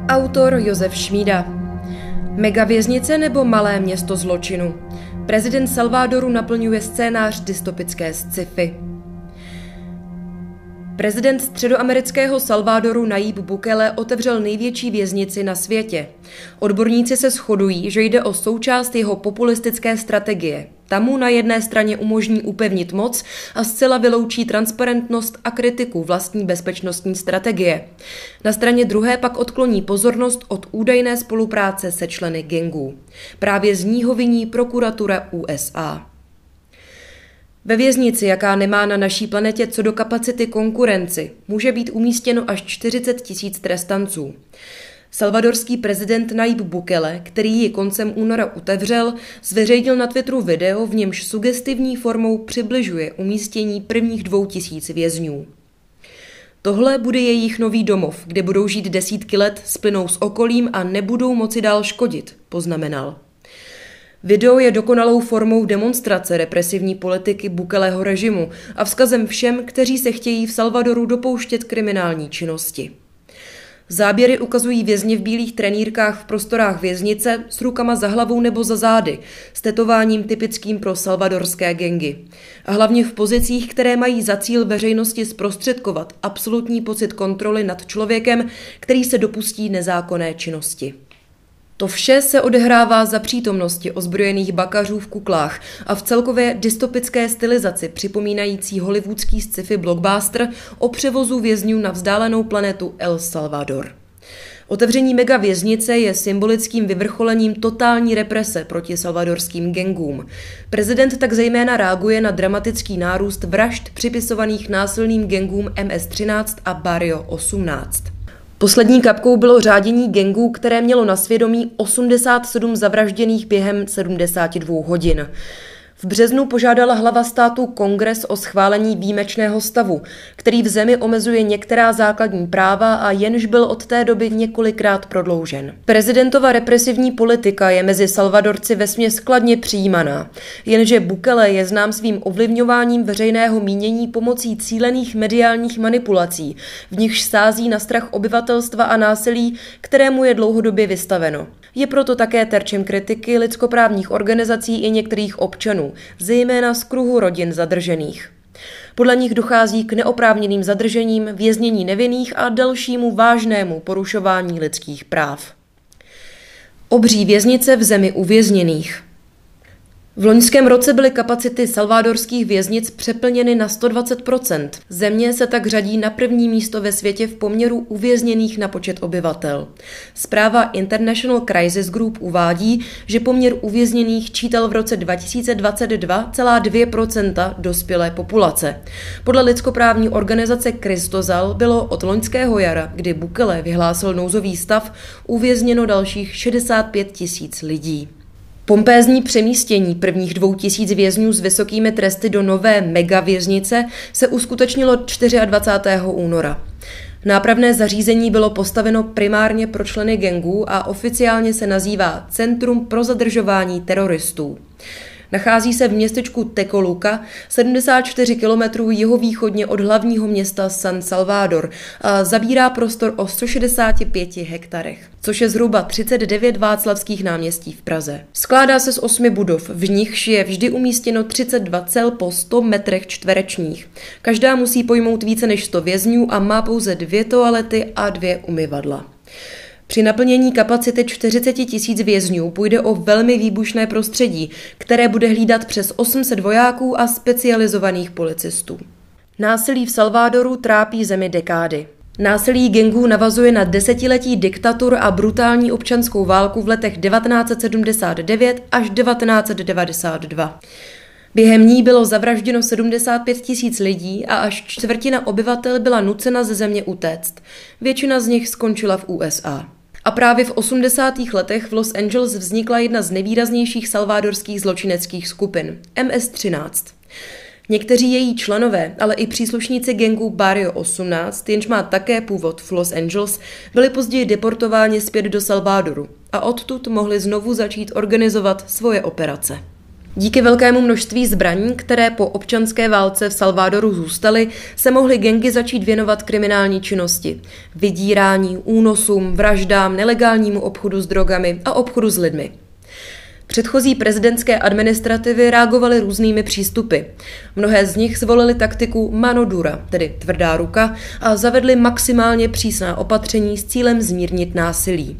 Autor Josef Šmída. Megavěznice nebo malé město zločinu? Prezident Salvadoru naplňuje scénář dystopické sci-fi. Prezident středoamerického Salvadoru Nayib Bukele otevřel největší věznici na světě. Odborníci se shodují, že jde o součást jeho populistické strategie. Ta mu na jedné straně umožní upevnit moc a zcela vyloučí transparentnost a kritiku vlastní bezpečnostní strategie. Na straně druhé pak odkloní pozornost od údajné spolupráce se členy gangů. Právě z ní ho viní prokuratura USA. Ve věznici, jaká nemá na naší planetě co do kapacity konkurenci, může být umístěno až 40 000 trestanců. Salvadorský prezident Nayib Bukele, který ji koncem února otevřel, zveřejnil na Twitteru video, v němž sugestivní formou přibližuje umístění prvních 2000 vězňů. Tohle bude jejich nový domov, kde budou žít desítky let, splynou s okolím a nebudou moci dál škodit, poznamenal. Video je dokonalou formou demonstrace represivní politiky Bukeleho režimu a vzkazem všem, kteří se chtějí v Salvadoru dopouštět kriminální činnosti. Záběry ukazují vězně v bílých trenýrkách v prostorách věznice s rukama za hlavou nebo za zády, s tetováním typickým pro salvadorské gangy. A hlavně v pozicích, které mají za cíl veřejnosti zprostředkovat absolutní pocit kontroly nad člověkem, který se dopustí nezákonné činnosti. To vše se odehrává za přítomnosti ozbrojených bakařů v kuklách a v celkové dystopické stylizaci připomínající hollywoodský sci-fi blockbuster o převozu vězňů na vzdálenou planetu El Salvador. Otevření mega věznice je symbolickým vyvrcholením totální represe proti salvadorským gangům. Prezident tak zejména reaguje na dramatický nárůst vražd připisovaných násilným gangům MS-13 a Barrio 18. Poslední kapkou bylo řádění gangů, které mělo na svědomí 87 zavražděných během 72 hodin. V březnu požádala hlava státu Kongres o schválení výjimečného stavu, který v zemi omezuje některá základní práva a jenž byl od té doby několikrát prodloužen. Prezidentova represivní politika je mezi Salvadorci vesměs kladně přijímaná, jenže Bukele je znám svým ovlivňováním veřejného mínění pomocí cílených mediálních manipulací, v nichž sází na strach obyvatelstva a násilí, kterému je dlouhodobě vystaveno. Je proto také terčem kritiky lidskoprávních organizací i některých občanů, zejména z kruhu rodin zadržených. Podle nich dochází k neoprávněným zadržením, věznění nevinných a dalšímu vážnému porušování lidských práv. Obří věznice v zemi uvězněných. V loňském roce byly kapacity salvadorských věznic přeplněny na 120%. Země se tak řadí na první místo ve světě v poměru uvězněných na počet obyvatel. Zpráva International Crisis Group uvádí, že poměr uvězněných čítal v roce 2022,2% dospělé populace. Podle lidskoprávní organizace Cristozal bylo od loňského jara, kdy Bukele vyhlásil nouzový stav, uvězněno dalších 65 000 lidí. Pompézní přemístění prvních 2000 vězňů s vysokými tresty do nové megavěznice se uskutečnilo 24. února. Nápravné zařízení bylo postaveno primárně pro členy gangů a oficiálně se nazývá Centrum pro zadržování teroristů. Nachází se v městečku Tecoluca, 74 km jihovýchodně od hlavního města San Salvador a zabírá prostor o 165 hektarech, což je zhruba 39 Václavských náměstí v Praze. Skládá se z 8 budov, v nichž je vždy umístěno 32 cel po 100 metrech čtverečních. Každá musí pojmout více než 100 vězňů a má pouze 2 toalety a 2 umyvadla. Při naplnění kapacity 40 000 vězňů půjde o velmi výbušné prostředí, které bude hlídat přes 800 vojáků a specializovaných policistů. Násilí v Salvadoru trápí zemi dekády. Násilí gangů navazuje na desetiletí diktatur a brutální občanskou válku v letech 1979 až 1992. Během ní bylo zavražděno 75 000 lidí a až čtvrtina obyvatel byla nucena ze země utéct. Většina z nich skončila v USA. A právě v 80. letech v Los Angeles vznikla jedna z nejvýraznějších salvadorských zločineckých skupin, MS-13. Někteří její členové, ale i příslušníci gangu Barrio 18, jenž má také původ v Los Angeles, byli později deportováni zpět do Salvadoru a odtud mohli znovu začít organizovat svoje operace. Díky velkému množství zbraní, které po občanské válce v Salvadoru zůstaly, se mohly gangy začít věnovat kriminální činnosti. Vydírání, únosům, vraždám, nelegálnímu obchodu s drogami a obchodu s lidmi. Předchozí prezidentské administrativy reagovaly různými přístupy. Mnohé z nich zvolily taktiku mano dura, tedy tvrdá ruka, a zavedly maximálně přísná opatření s cílem zmírnit násilí.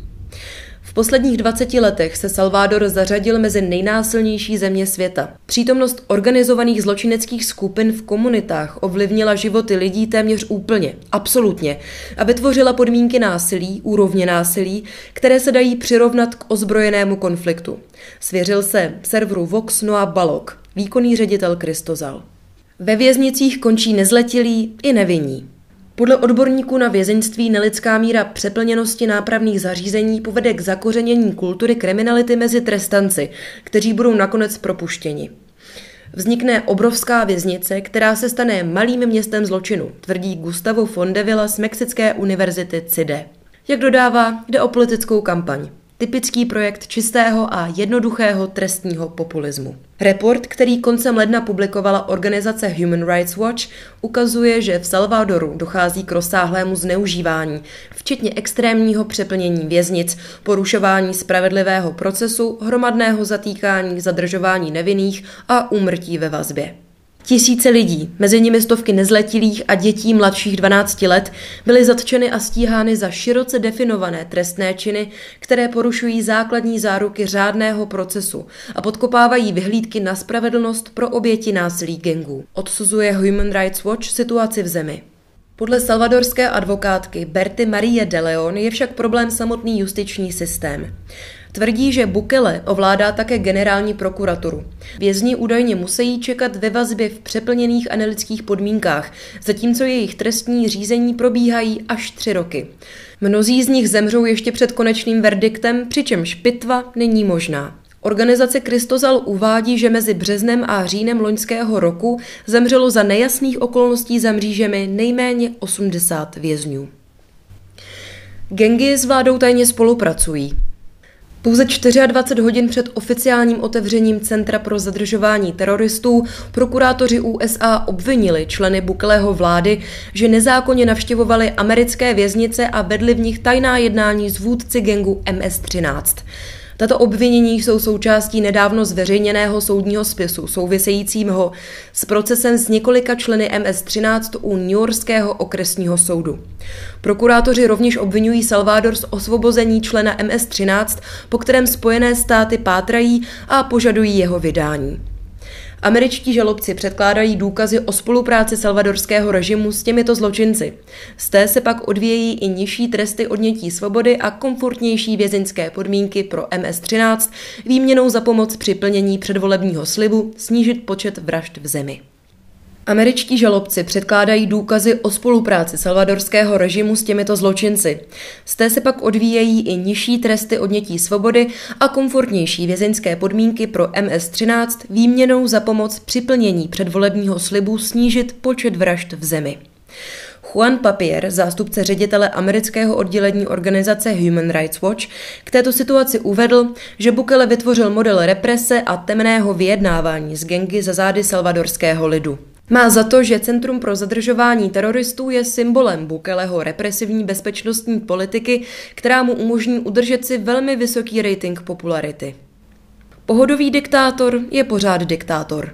V posledních 20 letech se Salvador zařadil mezi nejnásilnější země světa. Přítomnost organizovaných zločineckých skupin v komunitách ovlivnila životy lidí téměř úplně, absolutně, a vytvořila podmínky násilí, úrovně násilí, které se dají přirovnat k ozbrojenému konfliktu. Svěřil se serveru Vox Noa Balok, výkonný ředitel Cristozal. Ve věznicích končí nezletilí i nevinní. Podle odborníků na vězeňství nelidská míra přeplněnosti nápravných zařízení povede k zakořenění kultury kriminality mezi trestanci, kteří budou nakonec propuštěni. Vznikne obrovská věznice, která se stane malým městem zločinu, tvrdí Gustavo Fondevila z Mexické univerzity CIDE. Jak dodává, jde o politickou kampaň. Typický projekt čistého a jednoduchého trestního populismu. Report, který koncem ledna publikovala organizace Human Rights Watch, ukazuje, že v Salvadoru dochází k rozsáhlému zneužívání, včetně extrémního přeplnění věznic, porušování spravedlivého procesu, hromadného zatýkání, zadržování nevinných a úmrtí ve vazbě. Tisíce lidí, mezi nimi stovky nezletilých a dětí mladších 12 let, byly zatčeny a stíhány za široce definované trestné činy, které porušují základní záruky řádného procesu a podkopávají vyhlídky na spravedlnost pro oběti násilí gangů. Odsuzuje Human Rights Watch situaci v zemi. Podle salvadorské advokátky Berty Marie de Leon je však problém samotný justiční systém. Tvrdí, že Bukele ovládá také generální prokuraturu. Vězni údajně musí čekat ve vazbě v přeplněných a nelidských podmínkách, zatímco jejich trestní řízení probíhají až 3 roky. Mnozí z nich zemřou ještě před konečným verdiktem, přičemž pitva není možná. Organizace Cristozal uvádí, že mezi březnem a říjnem loňského roku zemřelo za nejasných okolností za mřížemi nejméně 80 vězňů. Gangy s vládou tajně spolupracují. Pouze 24 hodin před oficiálním otevřením Centra pro zadržování teroristů prokurátoři USA obvinili členy Bukeleho vlády, že nezákonně navštěvovali americké věznice a vedli v nich tajná jednání s vůdci gangu MS-13. Tato obvinění jsou součástí nedávno zveřejněného soudního spisu souvisejícího s procesem s několika členy MS-13 u newyorského okresního soudu. Prokurátoři rovněž obvinují Salvador z osvobození člena MS-13, po kterém Spojené státy pátrají a požadují jeho vydání. Američtí žalobci předkládají důkazy o spolupráci salvadorského režimu s těmito zločinci. Z té se pak odvíjejí i nižší tresty odnětí svobody a komfortnější vězeňské podmínky pro MS-13 výměnou za pomoc při plnění předvolebního slibu snížit počet vražd v zemi. Američtí žalobci předkládají důkazy o spolupráci salvadorského režimu s těmito zločinci. Z té se pak odvíjejí i nižší tresty odnětí svobody a komfortnější vězeňské podmínky pro MS-13 výměnou za pomoc při plnění předvolebního slibu snížit počet vražd v zemi. Juan Papier, zástupce ředitele amerického oddělení organizace Human Rights Watch, k této situaci uvedl, že Bukele vytvořil model represe a temného vyjednávání s gangy za zády salvadorského lidu. Má za to, že Centrum pro zadržování teroristů je symbolem Bukeleho represivní bezpečnostní politiky, která mu umožní udržet si velmi vysoký rating popularity. Pohodový diktátor je pořád diktátor.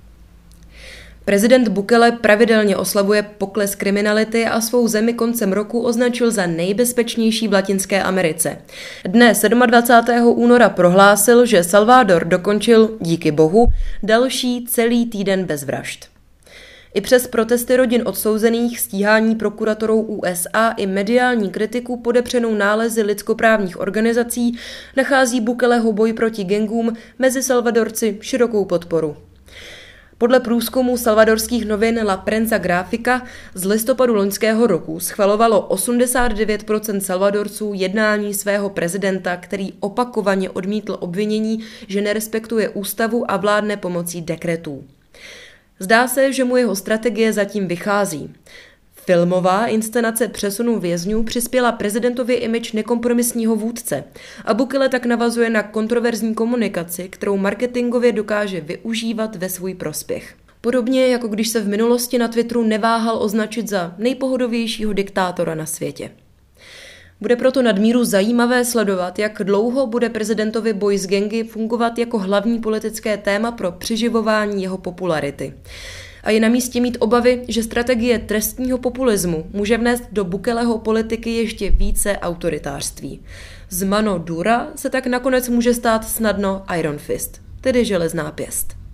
Prezident Bukele pravidelně oslavuje pokles kriminality a svou zemi koncem roku označil za nejbezpečnější v Latinské Americe. Dne 27. února prohlásil, že Salvador dokončil, díky bohu, další celý týden bez vražd. I přes protesty rodin odsouzených, stíhání prokuratorou USA i mediální kritiku podepřenou nálezy lidskoprávních organizací nachází Bukeleho boj proti gangům mezi Salvadorci širokou podporu. Podle průzkumu salvadorských novin La Prensa Gráfica z listopadu loňského roku schvalovalo 89% Salvadorců jednání svého prezidenta, který opakovaně odmítl obvinění, že nerespektuje ústavu a vládne pomocí dekretů. Zdá se, že mu jeho strategie zatím vychází. Filmová inscenace přesunu vězňů přispěla prezidentově image nekompromisního vůdce a Bukele tak navazuje na kontroverzní komunikaci, kterou marketingově dokáže využívat ve svůj prospěch. Podobně jako když se v minulosti na Twitteru neváhal označit za nejpohodovějšího diktátora na světě. Bude proto nadmíru zajímavé sledovat, jak dlouho bude prezidentovi boj s gangy fungovat jako hlavní politické téma pro přiživování jeho popularity. A je na místě mít obavy, že strategie trestního populismu může vnést do Bukeleho politiky ještě více autoritářství. Z Mano Dura se tak nakonec může stát snadno Iron Fist, tedy železná pěst.